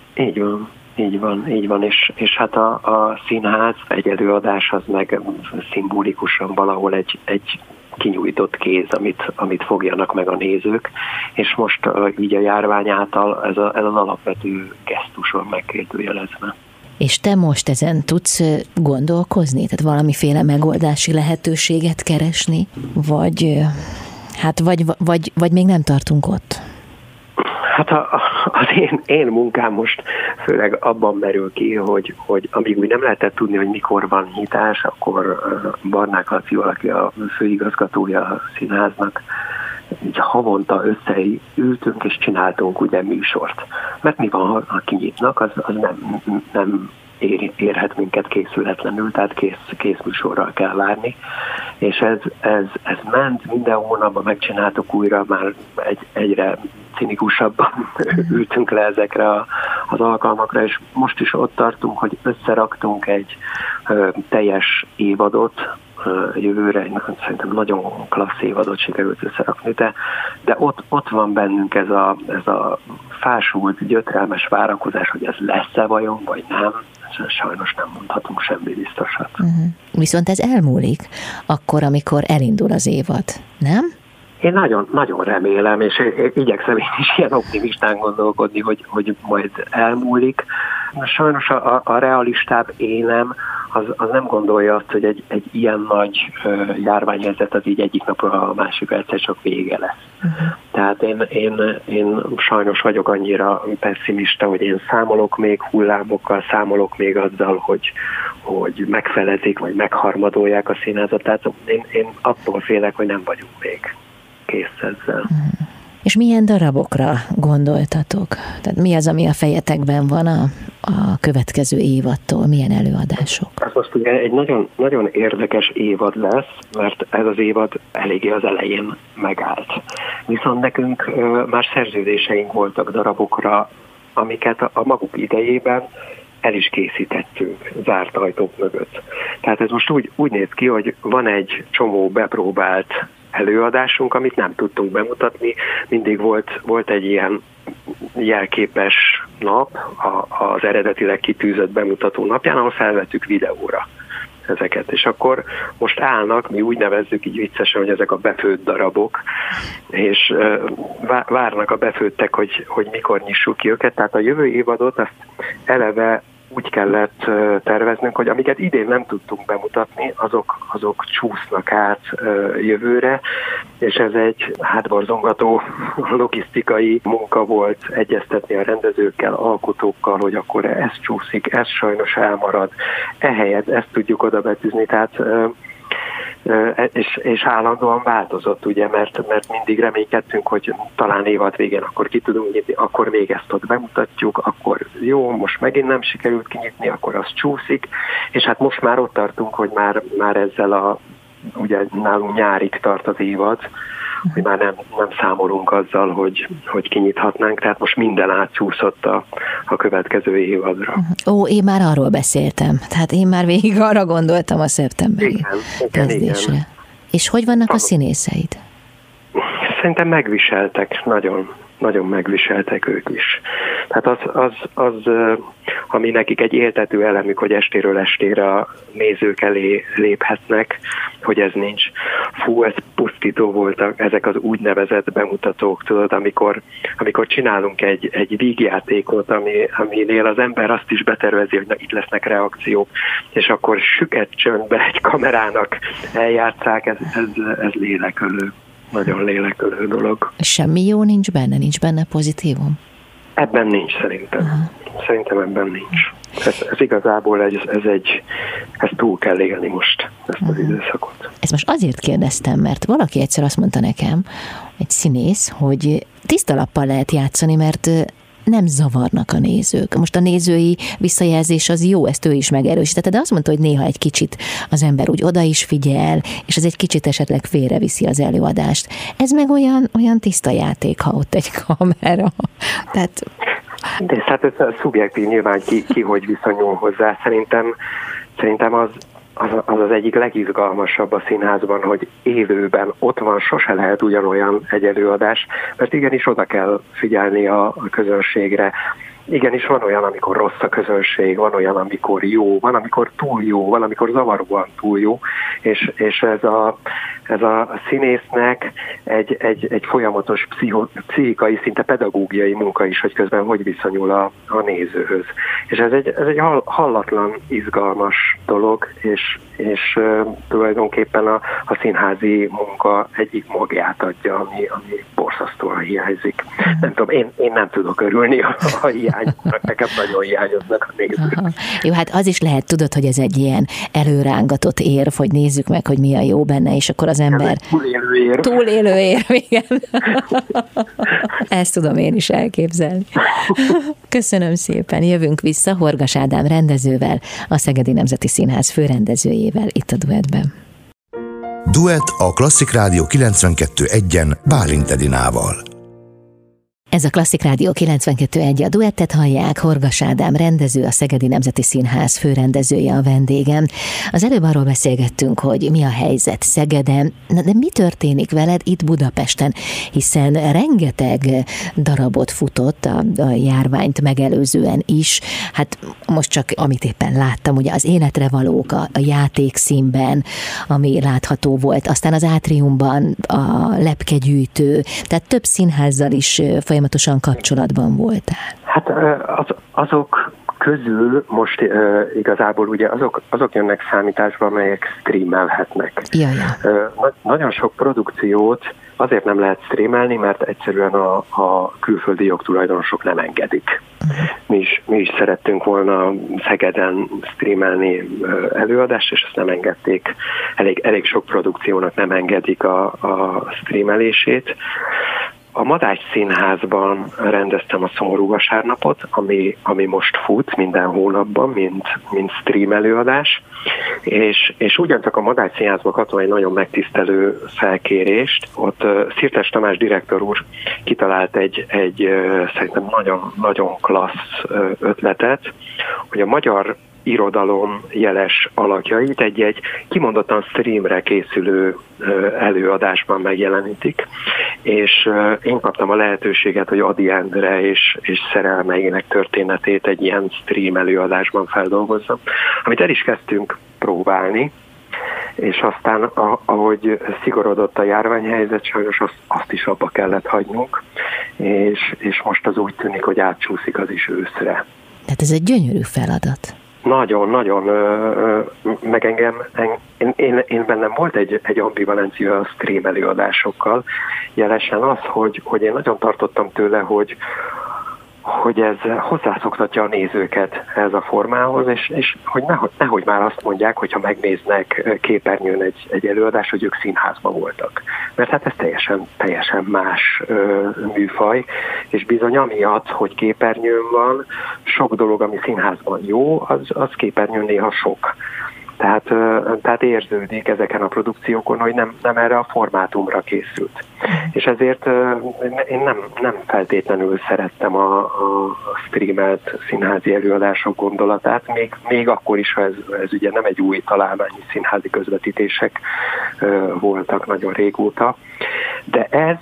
Így van, és hát a színház egy előadás az meg szimbolikusan valahol egy kinyújtott kéz, amit fogjanak meg a nézők, és most így a járvány által ez az alapvető gesztuson megkérdőjelezve. És te most ezen tudsz gondolkozni? Tehát valamiféle megoldási lehetőséget keresni? Vagy még nem tartunk ott? Hát az én munkám most főleg abban merül ki, hogy amíg úgy nem lehetett tudni, hogy mikor van nyitás, akkor Barnák Laci, aki a főigazgatója a színháznak, így havonta összeültünk és csináltunk ugye műsort. Mert mi van, ha kinyitnak, az nem érhet minket készületlenül, tehát kész műsorral kell várni. És ez ment, minden hónapban megcsináltuk újra, már egyre cinikusabban ültünk le ezekre az alkalmakra, és most is ott tartunk, hogy összeraktunk egy teljes évadot, jövőre szerintem nagyon klassz évadot sikerült összerakni, de ott van bennünk ez a fásult, gyötrelmes várakozás, hogy ez lesz-e vajon, vagy nem. Sajnos nem mondhatunk semmi biztosat. Viszont ez elmúlik akkor, amikor elindul az évad, nem? Én nagyon, nagyon remélem, és igyekszem én is ilyen optimistán gondolkodni, hogy majd elmúlik. Sajnos a realistább énem az nem gondolja azt, hogy egy ilyen nagy járványhelyzet az így egyik napról a másikra egyszer csak vége lesz. Tehát én sajnos vagyok annyira pessimista, hogy én számolok még hullámokkal, számolok még azzal, hogy megfelezik, vagy megharmadolják a színházat. Tehát én attól félek, hogy nem vagyunk még kész ezzel. És milyen darabokra gondoltatok? Tehát mi az, ami a fejetekben van a következő évadtól? Milyen előadások? Ez most ugye egy nagyon, nagyon érdekes évad lesz, mert ez az évad eléggé az elején megállt. Viszont nekünk már szerződéseink voltak darabokra, amiket a maguk idejében el is készítettünk zárt ajtók mögött. Tehát ez most úgy néz ki, hogy van egy csomó bepróbált előadásunk, amit nem tudtunk bemutatni. Mindig volt egy ilyen jelképes nap az eredetileg kitűzött bemutató napján, ahol felvettük videóra ezeket. És akkor most állnak, mi úgy nevezzük így viccesen, hogy ezek a befőtt darabok, és várnak a befőttek, hogy mikor nyissuk ki őket. Tehát a jövő évadot azt eleve úgy kellett terveznünk, hogy amiket idén nem tudtunk bemutatni, azok csúsznak át jövőre, és ez egy hátborzongató logisztikai munka volt egyeztetni a rendezőkkel, alkotókkal, hogy akkor ez csúszik, ez sajnos elmarad, ehelyett ezt tudjuk oda betűzni, tehát és állandóan változott, ugye, mert mindig reménykedtünk, hogy talán évad végén akkor ki tudunk nyitni, akkor még ezt ott bemutatjuk, akkor jó, most megint nem sikerült kinyitni, akkor az csúszik, és hát most már ott tartunk, hogy már ezzel ugye nálunk nyárig tart az évad, hogy már nem számolunk azzal, hogy kinyithatnánk, tehát most minden átcsúszott a következő évadra. Én már arról beszéltem, tehát én már végig arra gondoltam a szeptemberi kezdésre. Igen. És hogy vannak a színészeid? Szerintem megviseltek, nagyon, nagyon megviseltek ők is. Tehát az ami nekik egy éltető elemük, hogy estéről estére a nézők elé léphetnek, hogy ez nincs. Fú, ez pusztító voltak ezek az úgynevezett bemutatók, tudod, amikor csinálunk egy vígjátékot, aminél az ember azt is betervezi, hogy na, itt lesznek reakciók, és akkor süket csöndbe egy kamerának eljátszák, ez lélekölő. Nagyon lélekölő dolog. Semmi jó nincs benne pozitívum? Ebben nincs szerintem. Szerintem ebben nincs. Ez igazából ez túl kell élni most, ezt az időszakot. Ezt most azért kérdeztem, mert valaki egyszer azt mondta nekem, egy színész, hogy tiszta lappal lehet játszani, mert nem zavarnak a nézők. Most a nézői visszajelzés az jó, ezt ő is megerősítette, de azt mondta, hogy néha egy kicsit az ember úgy oda is figyel, és ez egy kicsit esetleg félreviszi az előadást. Ez meg olyan tiszta játék, ha ott egy kamera. Tehát... De hát ez szubjektív nyilván ki hogy viszonyul hozzá. Szerintem az egyik legizgalmasabb a színházban, hogy élőben ott van, sose lehet ugyanolyan egy előadás, mert igenis oda kell figyelni a közönségre. Igenis van olyan, amikor rossz a közönség, van olyan, amikor jó, van, amikor túl jó, van, amikor zavaróan túl jó, és ez a színésznek egy folyamatos pszichikai, szinte pedagógiai munka is, hogy közben hogy viszonyul a nézőhöz. És ez egy hallatlan, izgalmas dolog, és tulajdonképpen a színházi munka egyik magját adja, ami borzasztóan hiányzik. Nem tudom, én nem tudok örülni a hiányoknak, nekem nagyon hiányoznak a nézők. Aha. Jó, hát az is lehet, tudod, hogy ez egy ilyen előrángatott érv, hogy nézzük meg, hogy mi a jó benne, és akkor az ember... Túlélő érv, igen. Ezt tudom én is elképzelni. Köszönöm szépen, jövünk vissza Horgas Ádám rendezővel, a Szegedi Nemzeti Színház főrendezőjével itt a Duettben. Duett a Klasszik Rádió 92.1-en Bálint Edinával. Ez a Klasszik Rádió 92.1, a Duettet hallják, Horgas Ádám rendező, a Szegedi Nemzeti Színház főrendezője a vendégem. Az előbb arról beszélgettünk, hogy mi a helyzet Szegeden, de mi történik veled itt Budapesten, hiszen rengeteg darabot futott a járványt megelőzően is. Hát most csak, amit éppen láttam, ugye az Életre valók a Játékszínben, ami látható volt, aztán az Átriumban a Lepkegyűjtő, tehát több színházzal is folyamatosan kapcsolatban voltál. Hát azok közül most igazából ugye azok jönnek számításba, amelyek streamelhetnek. Nagyon sok produkciót azért nem lehet streamelni, mert egyszerűen a külföldi jogtulajdonosok nem engedik. Mi is szerettünk volna Szegeden streamelni előadást, és ezt nem engedték. Elég sok produkciónak nem engedik a streamelését. A Madács Színházban rendeztem a Szomorú Vasárnapot, ami most fut minden hónapban, mint stream előadás, és ugyancsak a Madács Színházban kaptam egy nagyon megtisztelő felkérést. Ott Szirtes Tamás direktor úr kitalált egy szerintem nagyon, nagyon klassz ötletet, hogy a magyar irodalom jeles alakjait egy kimondottan streamre készülő előadásban megjelenítik, és én kaptam a lehetőséget, hogy Ady Endre és szerelmeinek történetét egy ilyen stream előadásban feldolgozzam, amit el is kezdtünk próbálni, és aztán, ahogy szigorodott a járványhelyzet, sajnos azt is abba kellett hagynunk, és most az úgy tűnik, hogy átcsúszik az is őszre. Tehát ez egy gyönyörű feladat. Nagyon, meg én bennem volt egy ambivalencia a stream előadásokkal. Jelesen az, hogy én nagyon tartottam tőle, hogy ez hozzászoktatja a nézőket ez a formához, és hogy nehogy már azt mondják, hogyha megnéznek képernyőn egy előadást, hogy ők színházban voltak. Mert hát ez teljesen más műfaj, és bizony amiatt, hogy képernyőn van, sok dolog, ami színházban jó, az képernyőn néha sok. Tehát érződik ezeken a produkciókon, hogy nem erre a formátumra készült. És ezért én nem feltétlenül szerettem a streamelt színházi előadások gondolatát, még akkor is, ha ez ugye nem egy új találmányi színházi közvetítések voltak nagyon régóta. De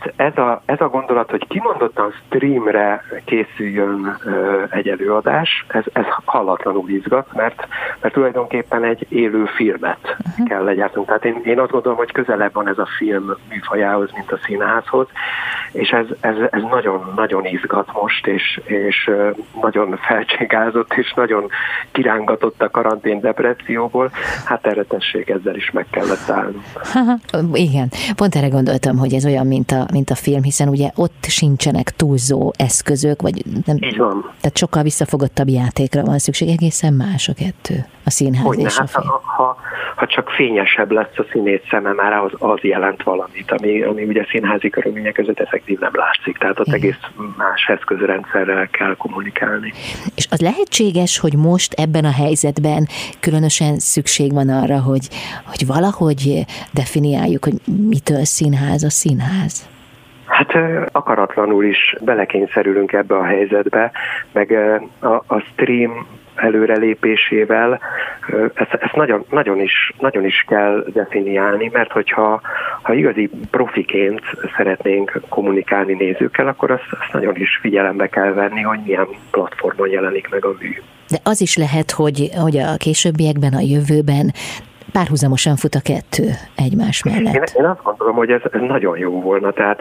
ez a gondolat, hogy kimondottan streamre készüljön egy előadás, ez hallatlanul izgat, mert tulajdonképpen egy élő filmet kell legyártunk. Tehát én azt gondolom, hogy közelebb van ez a film műfajához, mint a színházhoz, és ez nagyon izgat most, és nagyon felcségázott, és nagyon kirángatott a karantén depresszióból. Hát erre tessék, ezzel is meg kellett állni. Igen, pont erre gondoltam, hogy ez olyan, mint a film, hiszen ugye ott sincsenek túlzó eszközök, vagy nem. Így van. Tehát sokkal visszafogottabb játékra van szükség, egészen más a kettő, a színház és a film. Ha csak fényesebb lesz a színész szeme, már az jelent valamit, ami ugye színházi körülmények között effektív nem látszik, tehát ott egész más eszközrendszerrel kell kommunikálni. És az lehetséges, hogy most ebben a helyzetben különösen szükség van arra, hogy valahogy definiáljuk, hogy mitől színház a színház? Hát akaratlanul is belekényszerülünk ebbe a helyzetbe, meg a stream előrelépésével ezt nagyon is kell definiálni, mert hogyha igazi profiként szeretnénk kommunikálni nézőkkel, akkor azt nagyon is figyelembe kell venni, hogy milyen platformon jelenik meg a mű. De az is lehet, hogy a későbbiekben, a jövőben párhuzamosan fut a kettő egymás mellett. Én azt gondolom, hogy ez nagyon jó volna, tehát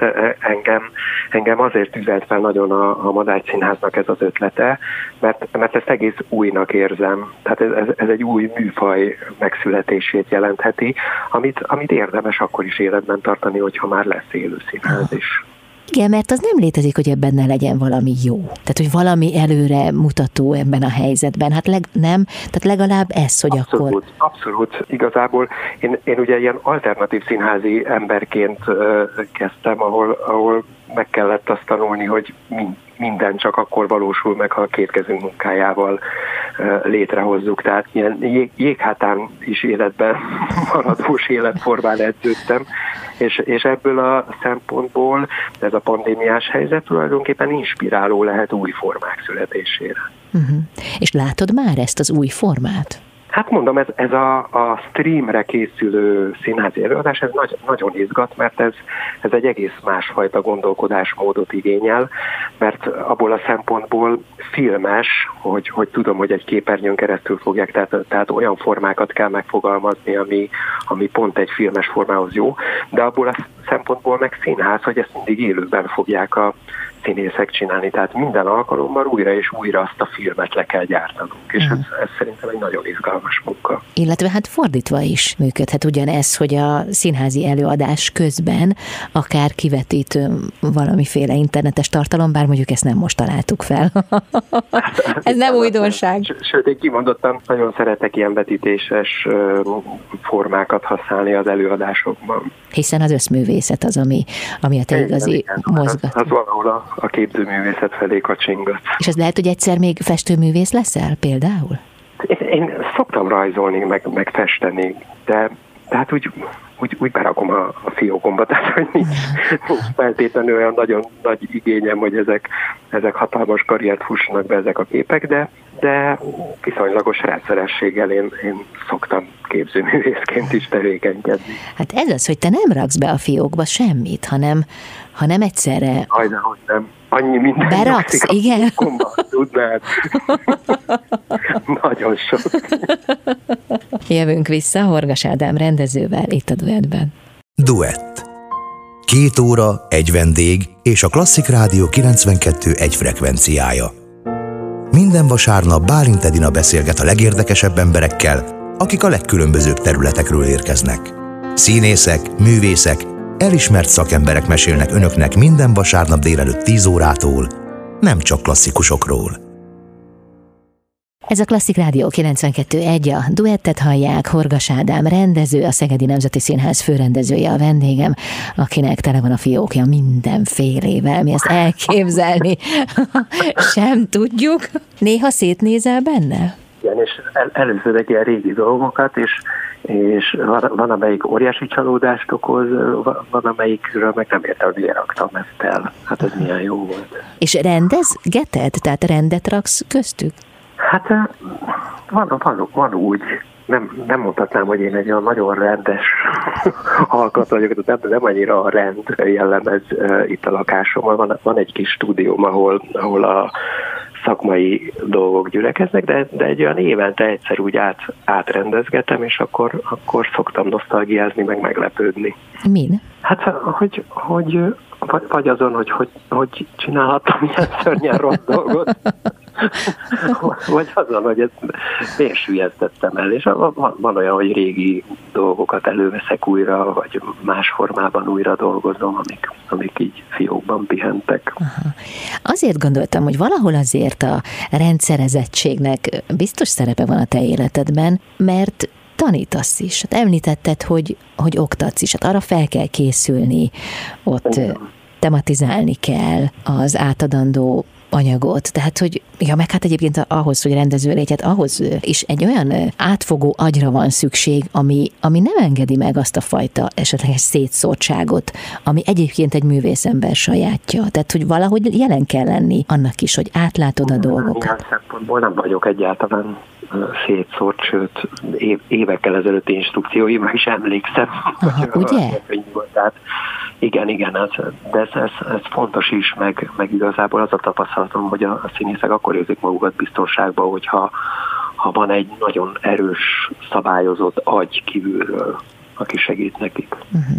engem azért tüzelt fel nagyon a Madács Színháznak ez az ötlete, mert ezt egész újnak érzem. Tehát ez egy új műfaj megszületését jelentheti, amit érdemes akkor is életben tartani, hogyha már lesz élő színház is. Igen, mert az nem létezik, hogy ebben ne legyen valami jó. Tehát, hogy valami előre mutató ebben a helyzetben. Hát nem, tehát legalább ez, hogy abszolút, akkor... Abszolút. Igazából én ugye ilyen alternatív színházi emberként kezdtem, ahol meg kellett azt tanulni, hogy minden csak akkor valósul meg, ha a két kezünk munkájával létrehozzuk. Tehát ilyen jéghátán is életben maradós életformán edződtem, és ebből a szempontból ez a pandémiás helyzet tulajdonképpen inspiráló lehet új formák születésére. Uh-huh. És látod már ezt az új formát? Hát mondom, ez a streamre készülő színházi előadás, ez nagyon izgat, mert ez egy egész másfajta gondolkodásmódot igényel, mert abból a szempontból filmes, hogy tudom, hogy egy képernyőn keresztül fogják, tehát olyan formákat kell megfogalmazni, ami pont egy filmes formához jó, de abból a szempontból meg színház, hogy ezt mindig élőben fogják a színészek csinálni, tehát minden alkalommal újra és újra azt a filmet le kell gyártanunk, és ez szerintem egy nagyon izgalmas munka. Illetve hát fordítva is működhet ugyanez, hogy a színházi előadás közben akár kivetít valamiféle internetes tartalom, bár mondjuk ezt nem most találtuk fel. Ez nem újdonság. Sőt, én kimondottan nagyon szeretek ilyen vetítéses formákat használni az előadásokban. Hiszen az összművészet az, ami a te igazi mozgat. Az valahol a képzőművészet felé kacsingat. És ez lehet, hogy egyszer még festőművész leszel például? Én szoktam rajzolni, meg festeni, de hát úgy berakom a fiókomba, tehát hogy nincs feltétlenül olyan nagyon nagy igényem, hogy ezek hatalmas karriert fussanak be ezek a képek, de viszonylagos rendszerességgel én szoktam képzőművészként is tevékenykedni. Hát ez az, hogy te nem raksz be a fiókba semmit, hanem egyszerre... Hogy nem. Annyi minden beraksz, igen? Tudnád. Nagyon sok. Jövünk vissza Horgas Ádám rendezővel itt a Duettben. Duett. 2 óra, egy vendég és a Klasszik Rádió 92.1 frekvenciája. Minden vasárnap Bálint Edina beszélget a legérdekesebb emberekkel, akik a legkülönbözőbb területekről érkeznek. Színészek, művészek, elismert szakemberek mesélnek önöknek minden vasárnap délelőtt 10 órától, nem csak klasszikusokról. Ez a Klasszik Rádió 92.1, a Duettet hallják, Horgas Ádám rendező, a Szegedi Nemzeti Színház főrendezője a vendégem, akinek tele van a fiókja mindenfélével, mi ezt elképzelni sem tudjuk. Néha szétnézel benne? Igen, és először ilyen régi dolgokat, és van amelyik óriási csalódást okoz, van amelyikről meg nem értem, hogy miért raktam ezt el. Hát ez milyen jó volt. És rendezgeted? Tehát rendet raksz köztük? Hát van úgy. Nem mondhatnám, hogy én egy olyan nagyon rendes alkat vagyok, nem annyira a rend jellemez itt a lakásommal. Van egy kis stúdióm, ahol a szakmai dolgok gyülekeznek, de egy olyan évente egyszer úgy átrendezgetem, és akkor szoktam nosztalgiázni, meg meglepődni. Min? Hát, vagy azon, hogy csinálhattam ilyen szörnyen rossz dolgot, vagy azon, hogy ezt miért süllyesztettem el, és van olyan, hogy régi dolgokat előveszek újra, vagy más formában újra dolgozom, amik így fiókban pihentek. Aha. Azért gondoltam, hogy valahol azért a rendszerezettségnek biztos szerepe van a te életedben, mert tanítasz is. Hát említetted, hogy oktatsz is, hát arra fel kell készülni, ott tematizálni kell az átadandó anyagot. Tehát, hogy meg hát egyébként ahhoz, hogy rendező légy, hát ahhoz is egy olyan átfogó agyra van szükség, ami nem engedi meg azt a fajta esetleges szétszórtságot, ami egyébként egy művészember sajátja. Tehát, hogy valahogy jelen kell lenni annak is, hogy átlátod a dolgokat. Ilyen szempontból nem vagyok egyáltalán szétszórt, sőt évekkel ezelőtt instrukcióimra is emlékszem. Aha, ugye? Tehát igen, ez fontos is, meg igazából az a tapasztalatom, hogy a színészek akkor érzik magukat biztonságban, hogyha van egy nagyon erős, szabályozott agy kívülről. aki segít nekik.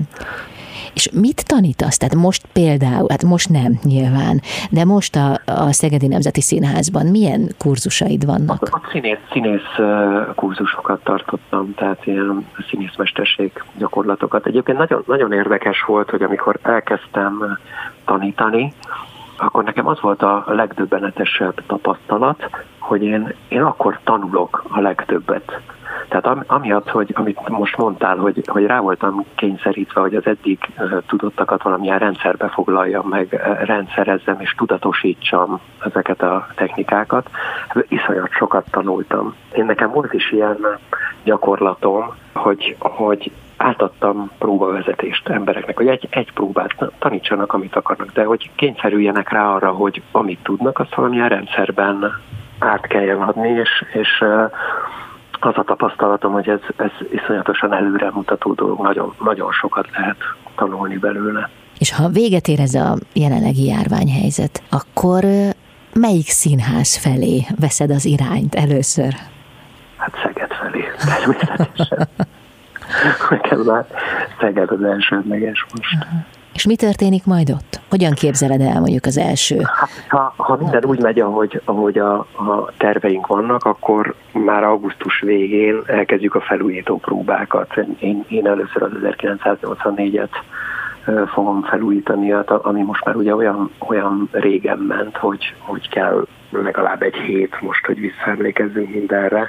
És mit tanítasz? Tehát most például, hát most nem nyilván, de most a Szegedi Nemzeti Színházban milyen kurzusaid vannak? A színész kurzusokat tartottam, tehát ilyen színészmesterség gyakorlatokat. Egyébként nagyon, nagyon érdekes volt, hogy amikor elkezdtem tanítani, akkor nekem az volt a legdöbbenetesebb tapasztalat, hogy én akkor tanulok a legtöbbet. Tehát amiatt, hogy amit most mondtál, hogy rá voltam kényszerítve, hogy az eddig tudottakat valamilyen rendszerbe foglaljam, meg rendszerezzem és tudatosítsam ezeket a technikákat, iszonyat sokat tanultam. Én nekem volt is ilyen gyakorlatom, hogy átadtam próbavezetést embereknek, hogy egy próbát tanítsanak, amit akarnak, de hogy kényszerüljenek rá arra, hogy amit tudnak, azt valamilyen rendszerben át kelljen adni, és az a tapasztalatom, hogy ez iszonyatosan előremutató dolog, nagyon, nagyon sokat lehet tanulni belőle. És ha véget ér ez a jelenlegi járványhelyzet, akkor melyik színház felé veszed az irányt először? Hát Szeged felé, természetesen. Nekem már Szeged az elsődleges most. És mi történik majd ott? Hogyan képzeled el mondjuk az első? Hát, ha minden úgy megy, ahogy a terveink vannak, akkor már augusztus végén elkezdjük a felújító próbákat. Én először az 1984-et fogom felújítani, ami most már ugye olyan régen ment, hogy kell legalább egy hét most, hogy visszaemlékezzünk mindenre.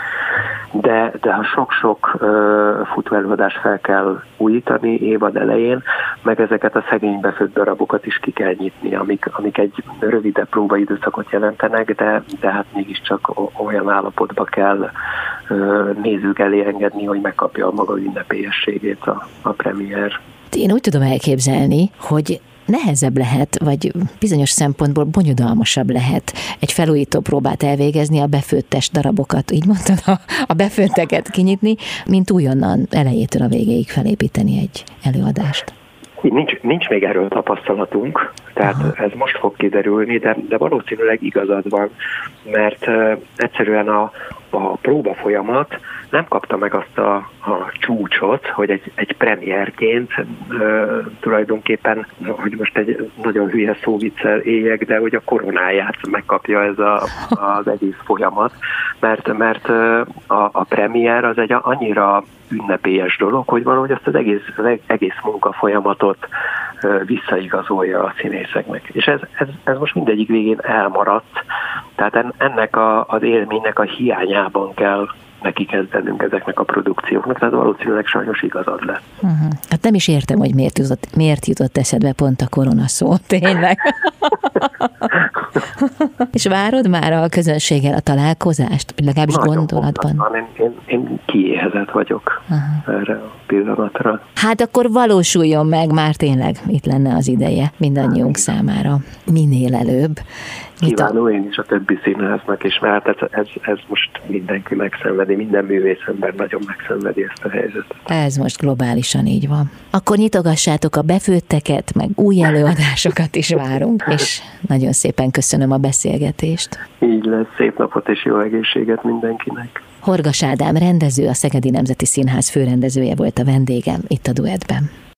De ha sok-sok futóelőadást fel kell újítani évad elején, meg ezeket a szegény befőtt darabokat is ki kell nyitni, amik egy rövidebb próbaidőszakot jelentenek, de hát mégiscsak olyan állapotba kell nézők elé engedni, hogy megkapja a maga ünnepélyességét a premier. Én úgy tudom elképzelni, hogy nehezebb lehet, vagy bizonyos szempontból bonyodalmasabb lehet egy felújító próbát elvégezni, a befőttes darabokat, így mondtad, a befőtteket kinyitni, mint újonnan elejétől a végéig felépíteni egy előadást. Nincs még erről tapasztalatunk, tehát ez most fog kiderülni, de valószínűleg igazad van, mert egyszerűen a próba folyamat nem kapta meg azt a csúcsot, hogy egy premierként tulajdonképpen, hogy most egy nagyon hülye szóviccel éljek, de hogy a koronáját megkapja ez az egész folyamat, mert a premier az egy annyira ünnepélyes dolog, hogy valahogy azt az egész munkafolyamatot visszaigazolja a színészeknek. És ez most mindegyik végén elmaradt, tehát ennek az élménynek a hiányában kell neki kezdenünk ezeknek a produkcióknak, tehát valószínűleg sajnos igazad lett. Hát nem is értem, hogy miért jutott eszedbe pont a korona szó, tényleg. És várod már a közönséggel a találkozást? Legalábbis nagyon gondolatban? Én kiéhezett vagyok erre a pillanatra. Hát akkor valósuljon meg, már tényleg itt lenne az ideje mindannyiunk számára. Minél előbb. Kívánó én is a többi színháznak is, mert ez most mindenki megszenvedi, minden művészember nagyon megszenvedi ezt a helyzetet. Ez most globálisan így van. Akkor nyitogassátok a befőtteket, meg új előadásokat is várunk, és nagyon szépen köszönöm a beszélgetést. Így lesz, szép napot és jó egészséget mindenkinek. Horgas Ádám rendező, a Szegedi Nemzeti Színház főrendezője volt a vendégem itt a Duettben.